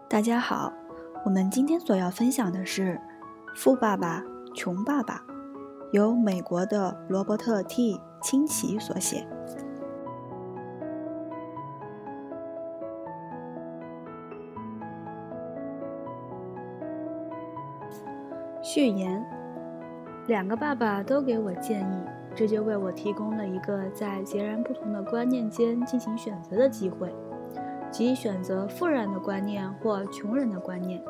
大家好，我们今天所要分享的是《富爸爸穷爸爸》，由美国的罗伯特 T 清崎所写。序言：两个爸爸都给我建议，这就为我提供了一个在截然不同的观念间进行选择的机会，即选择富人的观念或穷人的观念。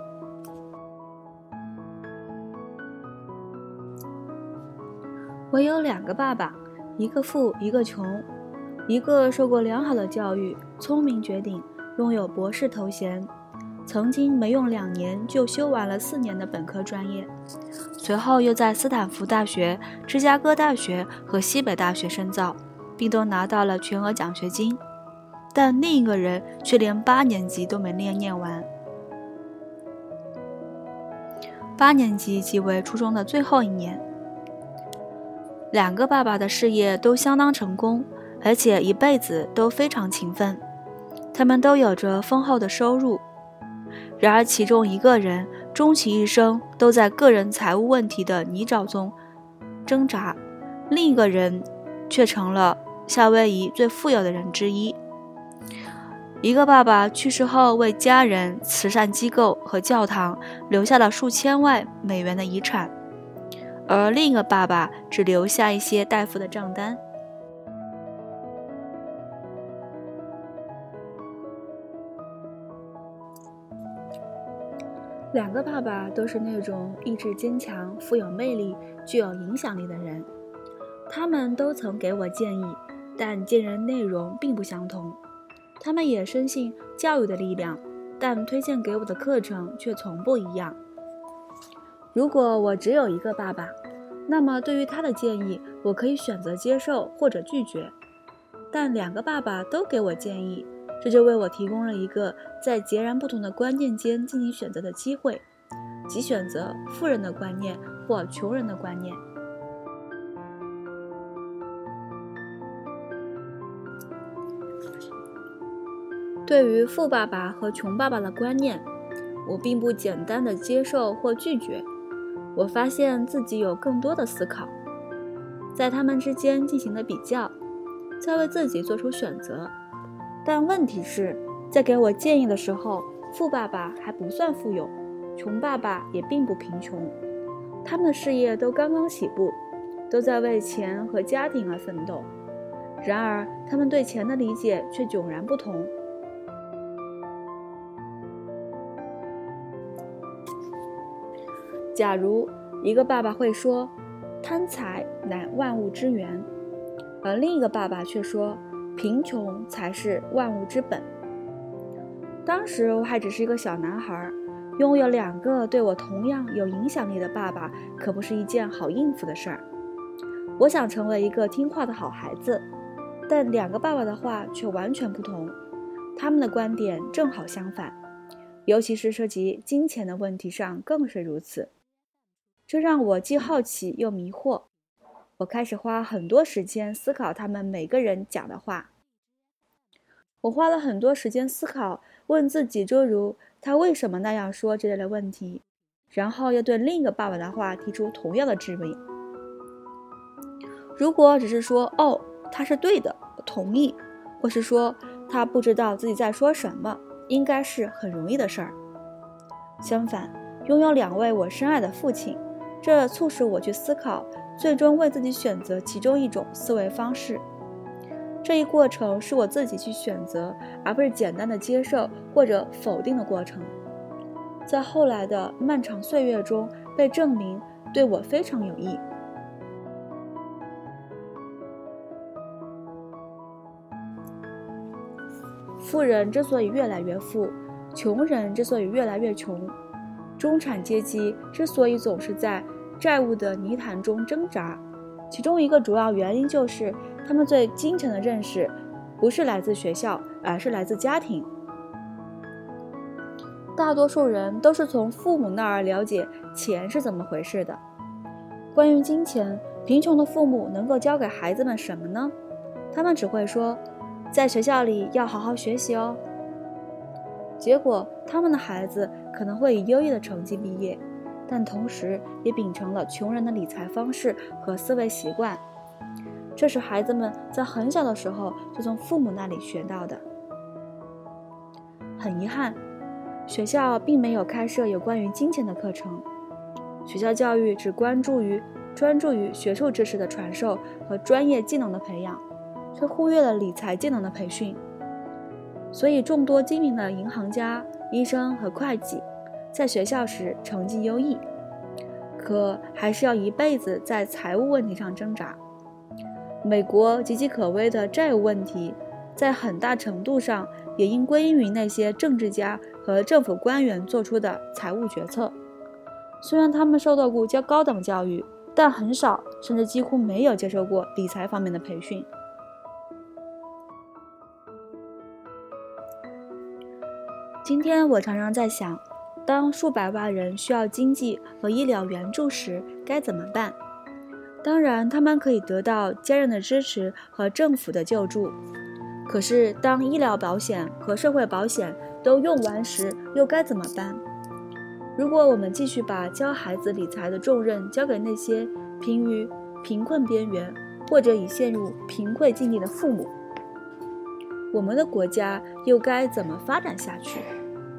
我有两个爸爸，一个富，一个穷。一个受过良好的教育，聪明绝顶，拥有博士头衔，曾经没用2年就修完了4年的本科专业，随后又在斯坦福大学、芝加哥大学和西北大学深造，并都拿到了全额奖学金。但另一个人却连8年级都没念完。8年级即为初中的最后1年。两个爸爸的事业都相当成功，而且一辈子都非常勤奋，他们都有着丰厚的收入。然而其中一个人终其一生都在个人财务问题的泥沼中挣扎，另一个人却成了夏威夷最富有的人之一。一个爸爸去世后，为家人、慈善机构和教堂留下了数千万美元的遗产，而另一个爸爸只留下一些待付的账单。两个爸爸都是那种意志坚强、富有魅力、具有影响力的人，他们都曾给我建议，但建议内容并不相同。他们也深信教育的力量，但推荐给我的课程却从不一样。如果我只有一个爸爸，那么对于他的建议，我可以选择接受或者拒绝。但两个爸爸都给我建议，这就为我提供了一个在截然不同的观念间进行选择的机会，即选择富人的观念或穷人的观念。对于富爸爸和穷爸爸的观念，我并不简单的接受或拒绝，我发现自己有更多的思考，在他们之间进行了比较，再为自己做出选择。但问题是，在给我建议的时候，富爸爸还不算富有，穷爸爸也并不贫穷，他们的事业都刚刚起步，都在为钱和家庭而奋斗。然而他们对钱的理解却迥然不同。假如一个爸爸会说，贪财乃万物之源，而另一个爸爸却说，贫穷才是万物之本。当时我还只是一个小男孩，拥有2个对我同样有影响力的爸爸，可不是一件好应付的事儿。我想成为一个听话的好孩子，但2个爸爸的话却完全不同，他们的观点正好相反，尤其是涉及金钱的问题上更是如此。这让我既好奇又迷惑，我开始花很多时间思考他们每个人讲的话。我花了很多时间思考，问自己诸如他为什么那样说这类的问题，然后又对另一个爸爸的话提出同样的质问。如果只是说哦，他是对的，我同意，或是说他不知道自己在说什么，应该是很容易的事儿。相反，拥有2位我深爱的父亲，这促使我去思考，最终为自己选择其中一种思维方式。这一过程是我自己去选择，而不是简单的接受或者否定的过程。在后来的漫长岁月中被证明对我非常有益。富人之所以越来越富，穷人之所以越来越穷，中产阶级之所以总是在债务的泥潭中挣扎，其中一个主要原因就是他们对金钱的认识不是来自学校，而是来自家庭。大多数人都是从父母那儿了解钱是怎么回事的。关于金钱，贫穷的父母能够教给孩子们什么呢？他们只会说，在学校里要好好学习哦。 结果他们的孩子可能会以优异的成绩毕业，但同时也秉承了穷人的理财方式和思维习惯，这是孩子们在很小的时候就从父母那里学到的。很遗憾，学校并没有开设有关于金钱的课程，学校教育只专注于学术知识的传授和专业技能的培养，却忽略了理财技能的培训。所以众多精明的银行家、医生和会计在学校时成绩优异，可还是要一辈子在财务问题上挣扎。美国岌岌可危的债务问题在很大程度上也应归因于那些政治家和政府官员做出的财务决策。虽然他们受到过高等教育，但很少甚至几乎没有接受过理财方面的培训。今天我常常在想，当数百万人需要经济和医疗援助时该怎么办？当然，他们可以得到家人的支持和政府的救助。可是，当医疗保险和社会保险都用完时，又该怎么办？如果我们继续把教孩子理财的重任交给那些濒于贫困边缘或者已陷入贫困境地的父母，我们的国家又该怎么发展下去？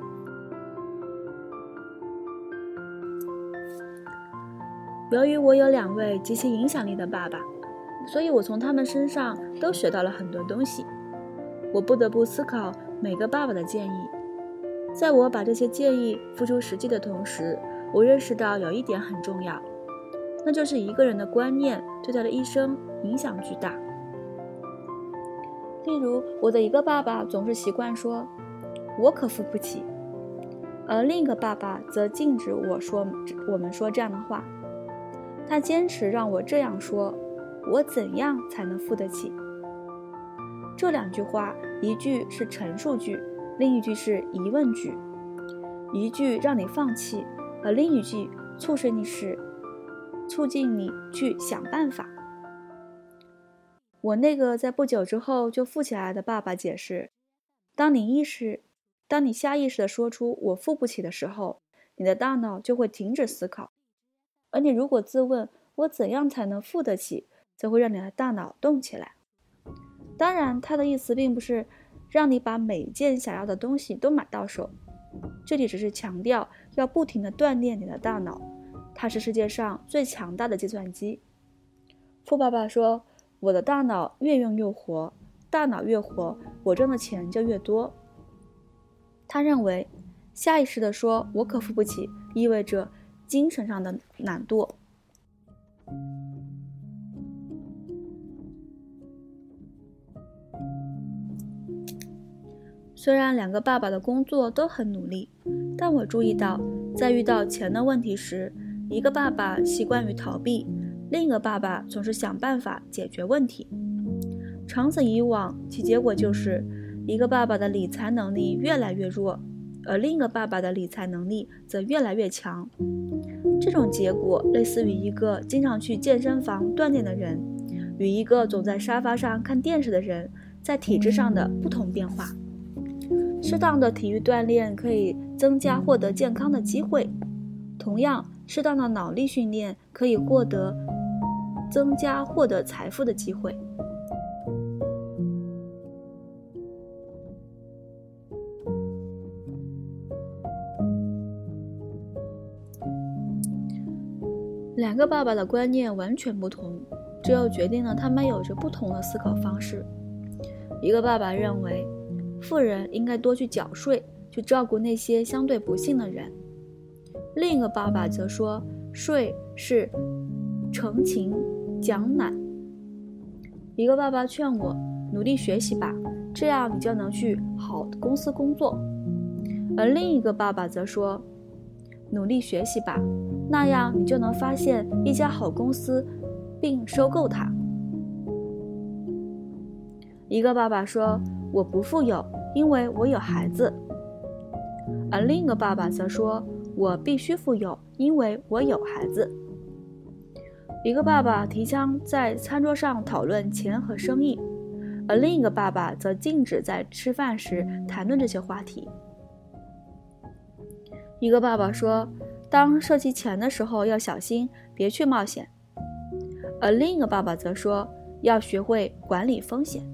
由于我有2位极其影响力的爸爸，所以我从他们身上都学到了很多东西。我不得不思考每个爸爸的建议。在我把这些建议付诸实际的同时，我认识到有一点很重要，那就是一个人的观念对他的一生影响巨大。例如，我的一个爸爸总是习惯说我可付不起，而另一个爸爸则禁止我们说这样的话。他坚持让我这样说，我怎样才能付得起？这2句话，一句是陈述句，另一句是疑问句。一句让你放弃，而另一句促进你去想办法。我那个在不久之后就富起来的爸爸解释，当你下意识地说出我付不起的时候，你的大脑就会停止思考，而你如果自问我怎样才能付得起，则会让你的大脑动起来。当然，他的意思并不是让你把每件想要的东西都买到手，这里只是强调要不停地锻炼你的大脑，它是世界上最强大的计算机。富爸爸说，我的大脑越用越活，大脑越活，我挣的钱就越多。他认为下意识地说我可付不起，意味着精神上的懒惰。虽然2个爸爸的工作都很努力，但我注意到，在遇到钱的问题时，一个爸爸习惯于逃避，另一个爸爸总是想办法解决问题。长此以往，其结果就是一个爸爸的理财能力越来越弱，而另一个爸爸的理财能力则越来越强。这种结果类似于一个经常去健身房锻炼的人与一个总在沙发上看电视的人在体质上的不同变化。适当的体育锻炼可以增加获得健康的机会，同样，适当的脑力训练可以增加获得财富的机会。2个爸爸的观念完全不同，这又决定了他们有着不同的思考方式。一个爸爸认为，富人应该多去缴税，去照顾那些相对不幸的人。另一个爸爸则说，税是惩勤奖懒。一个爸爸劝我努力学习吧，这样你就能去好的公司工作。而另一个爸爸则说，努力学习吧，那样你就能发现一家好公司并收购它。一个爸爸说，我不富有，因为我有孩子。而另一个爸爸则说，我必须富有，因为我有孩子。一个爸爸提倡在餐桌上讨论钱和生意，而另一个爸爸则禁止在吃饭时谈论这些话题。 一个爸爸说，当涉及钱的时候要小心，别去冒险。而另一个爸爸则说，要学会管理风险。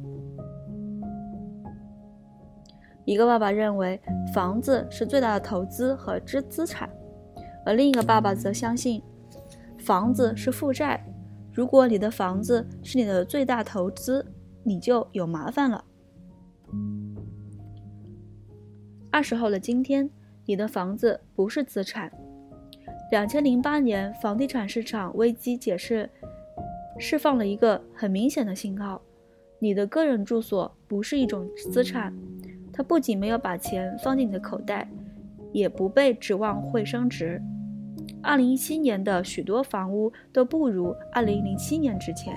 一个爸爸认为房子是最大的投资和资产，而另一个爸爸则相信房子是负债，如果你的房子是你的最大投资，你就有麻烦了。20后的今天，你的房子不是资产。2008年房地产市场危机释放了一个很明显的信号，你的个人住所不是一种资产，它不仅没有把钱放进你的口袋，也不被指望会升值。2017年的许多房屋都不如2007年之前。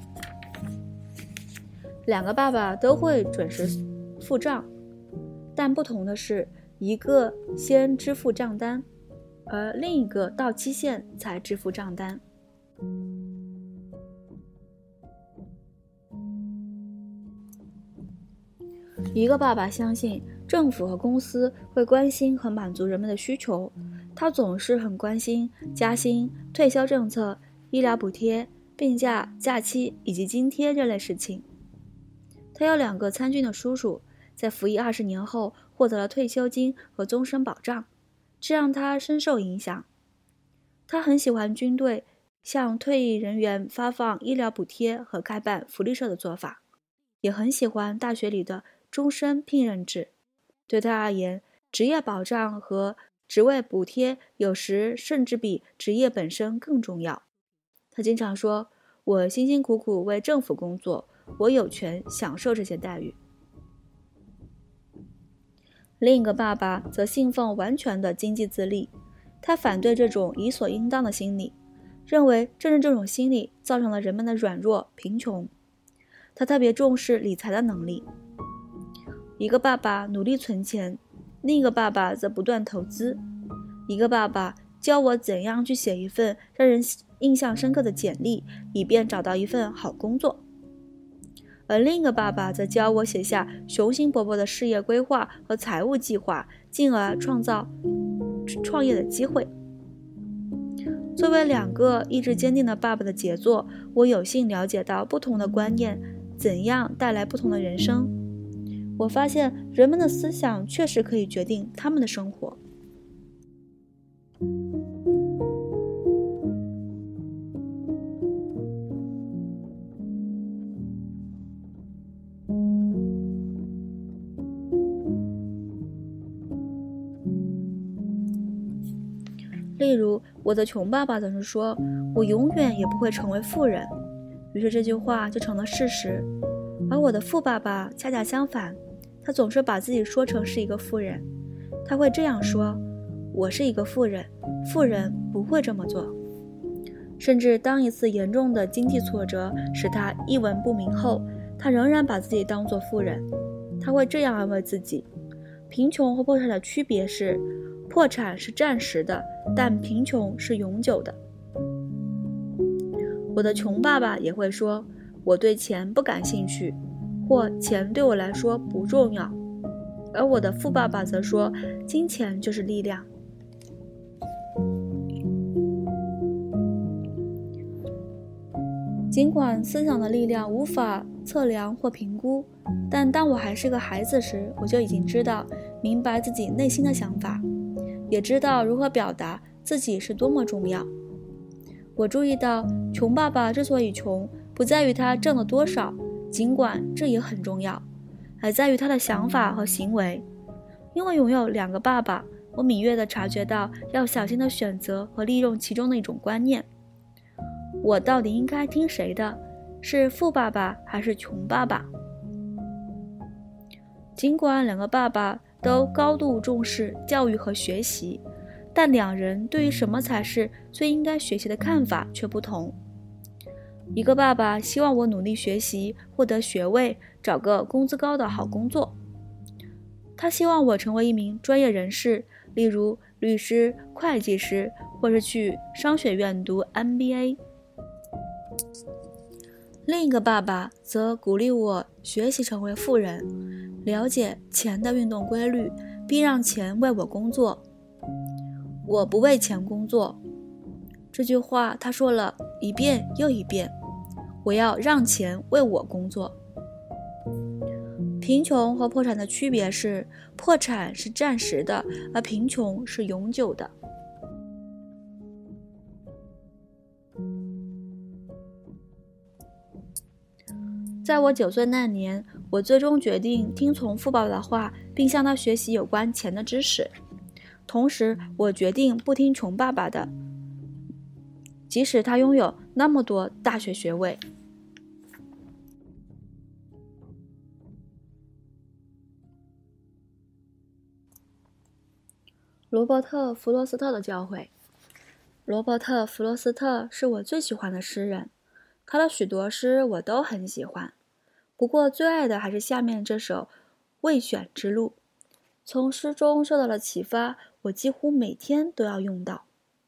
两个爸爸都会准时付账，但不同的是，一个先支付账单，而另一个到期限才支付账单。一个爸爸相信政府和公司会关心和满足人们的需求，他总是很关心加薪、退休政策、医疗补贴、病假、假期以及津贴这类事情。他有2个参军的叔叔，在服役20年后获得了退休金和终身保障，这让他深受影响。他很喜欢军队向退役人员发放医疗补贴和开办福利社的做法，也很喜欢大学里的终身聘任制。对他而言，职业保障和职位补贴有时甚至比职业本身更重要。他经常说，我辛辛苦苦为政府工作，我有权享受这些待遇。另一个爸爸则信奉完全的经济自立，他反对这种理所应当的心理，认为正是这种心理造成了人们的软弱、贫穷。他特别重视理财的能力。一个爸爸努力存钱，另一个爸爸则不断投资。一个爸爸教我怎样去写一份让人印象深刻的简历，以便找到一份好工作。而另一个爸爸则教我写下雄心勃勃的事业规划和财务计划，进而创造创业的机会。作为2个意志坚定的爸爸的杰作，我有幸了解到不同的观念怎样带来不同的人生。我发现人们的思想确实可以决定他们的生活。例如，我的穷爸爸总是说，我永远也不会成为富人，于是这句话就成了事实。而我的富爸爸恰恰相反，他总是把自己说成是一个富人。他会这样说，我是一个富人，富人不会这么做。甚至当一次严重的经济挫折使他一文不名后，他仍然把自己当作富人。他会这样安慰自己，贫穷和破产的区别是，破产是暂时的，但贫穷是永久的。我的穷爸爸也会说，我对钱不感兴趣，或钱对我来说不重要。而我的富爸爸则说，金钱就是力量。尽管思想的力量无法测量或评估，但当我还是个孩子时，我就已经明白自己内心的想法，也知道如何表达自己是多么重要。我注意到，穷爸爸之所以穷，不在于他挣了多少，尽管这也很重要，而在于他的想法和行为。因为拥有2个爸爸，我敏锐地察觉到要小心地选择和利用其中的一种观念。我到底应该听谁的？是富爸爸还是穷爸爸？尽管2个爸爸都高度重视教育和学习，但2人对于什么才是最应该学习的看法却不同。一个爸爸希望我努力学习，获得学位，找个工资高的好工作。他希望我成为一名专业人士，例如律师、会计师，或是去商学院读 MBA。另一个爸爸则鼓励我学习成为富人，了解钱的运动规律，并让钱为我工作。 我不为钱工作。这句话他说了一遍又一遍，我要让钱为我工作。贫穷和破产的区别是，破产是暂时的，而贫穷是永久的。在我9岁那年，我最终决定听从富爸爸的话，并向他学习有关钱的知识。同时，我决定不听穷爸爸的，即使他拥有那么多大学学位。罗伯特·弗罗斯特的教诲。罗伯特·弗罗斯特是我最喜欢的诗人，他的许多诗我都很喜欢，不过最爱的还是下面这首《未选之路》。从诗中受到了启发，我几乎每天都要用到。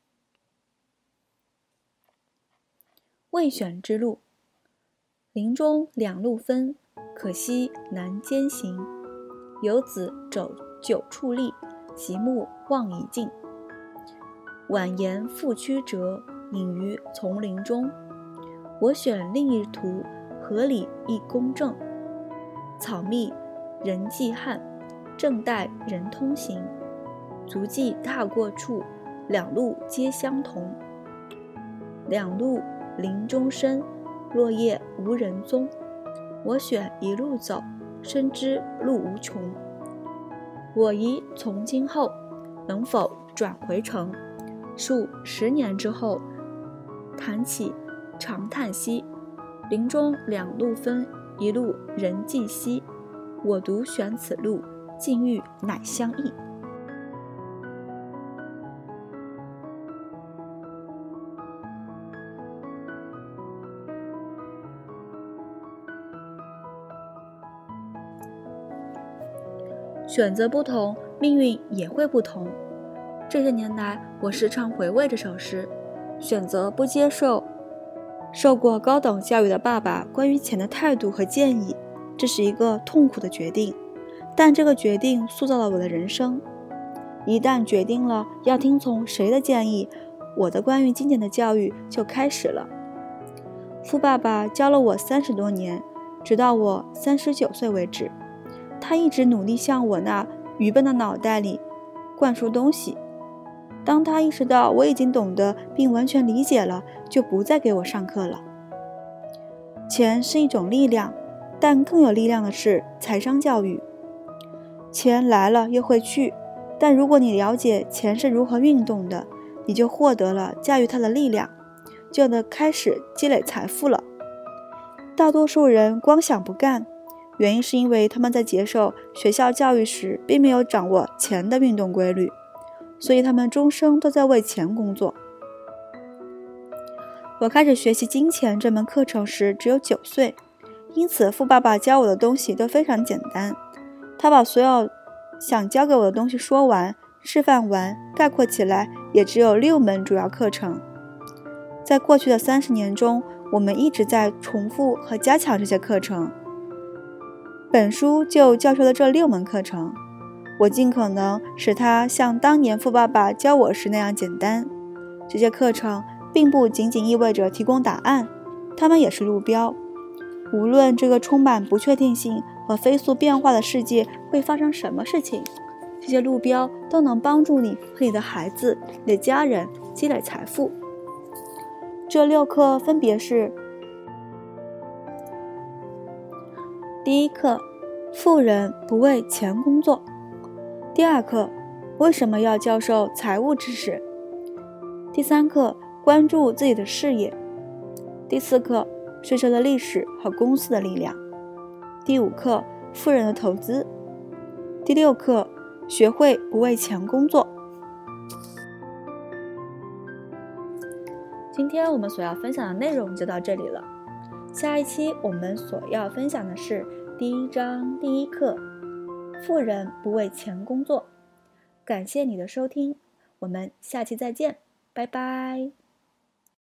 未选之路，林中两路分，可惜难兼行。游子走久处立，极目望一尽。蜿蜒复曲折，隐于丛林中。我选另一途，合理亦公正。草密人迹罕，正待人通行。足迹踏过处，两路皆相同。两路林中深，落叶无人踪。我选一路走，深知路无穷。我疑从今后，能否转回程？数10年之后，谈起长叹息。林中两路分，一路人迹稀。我独选此路，境遇乃相异。选择不同，命运也会不同。这些年来，我时常回味这首诗，选择不接受受过高等教育的爸爸关于钱的态度和建议，这是一个痛苦的决定，但这个决定塑造了我的人生。一旦决定了要听从谁的建议，我的关于金钱的教育就开始了。富爸爸教了我30多年，直到我39岁为止。他一直努力向我那愚笨的脑袋里灌输东西。当他意识到我已经懂得并完全理解了，就不再给我上课了。钱是一种力量，但更有力量的是财商教育。钱来了又会去，但如果你了解钱是如何运动的，你就获得了驾驭它的力量，就能开始积累财富了。大多数人光想不干，原因是因为他们在接受学校教育时并没有掌握钱的运动规律，所以他们终生都在为钱工作。我开始学习金钱这门课程时只有9岁，因此富爸爸教我的东西都非常简单。他把所有想教给我的东西说完、示范完，概括起来也只有6门主要课程。在过去的30年中，我们一直在重复和加强这些课程。本书就教授了这6门课程，我尽可能使它像当年富爸爸教我时那样简单。这些课程并不仅仅意味着提供答案，它们也是路标。无论这个充满不确定性和飞速变化的世界会发生什么事情，这些路标都能帮助你和你的孩子、你的家人积累财富。这6课分别是：第1课，富人不为钱工作；第2课，为什么要教授财务知识；第3课，关注自己的事业；第4课，税收的历史和公司的力量；第5课，富人的投资；第6课，学会不为钱工作。今天我们所要分享的内容就到这里了。下一期我们所要分享的是第1章第1课，富人不为钱工作。感谢你的收听，我们下期再见，拜拜。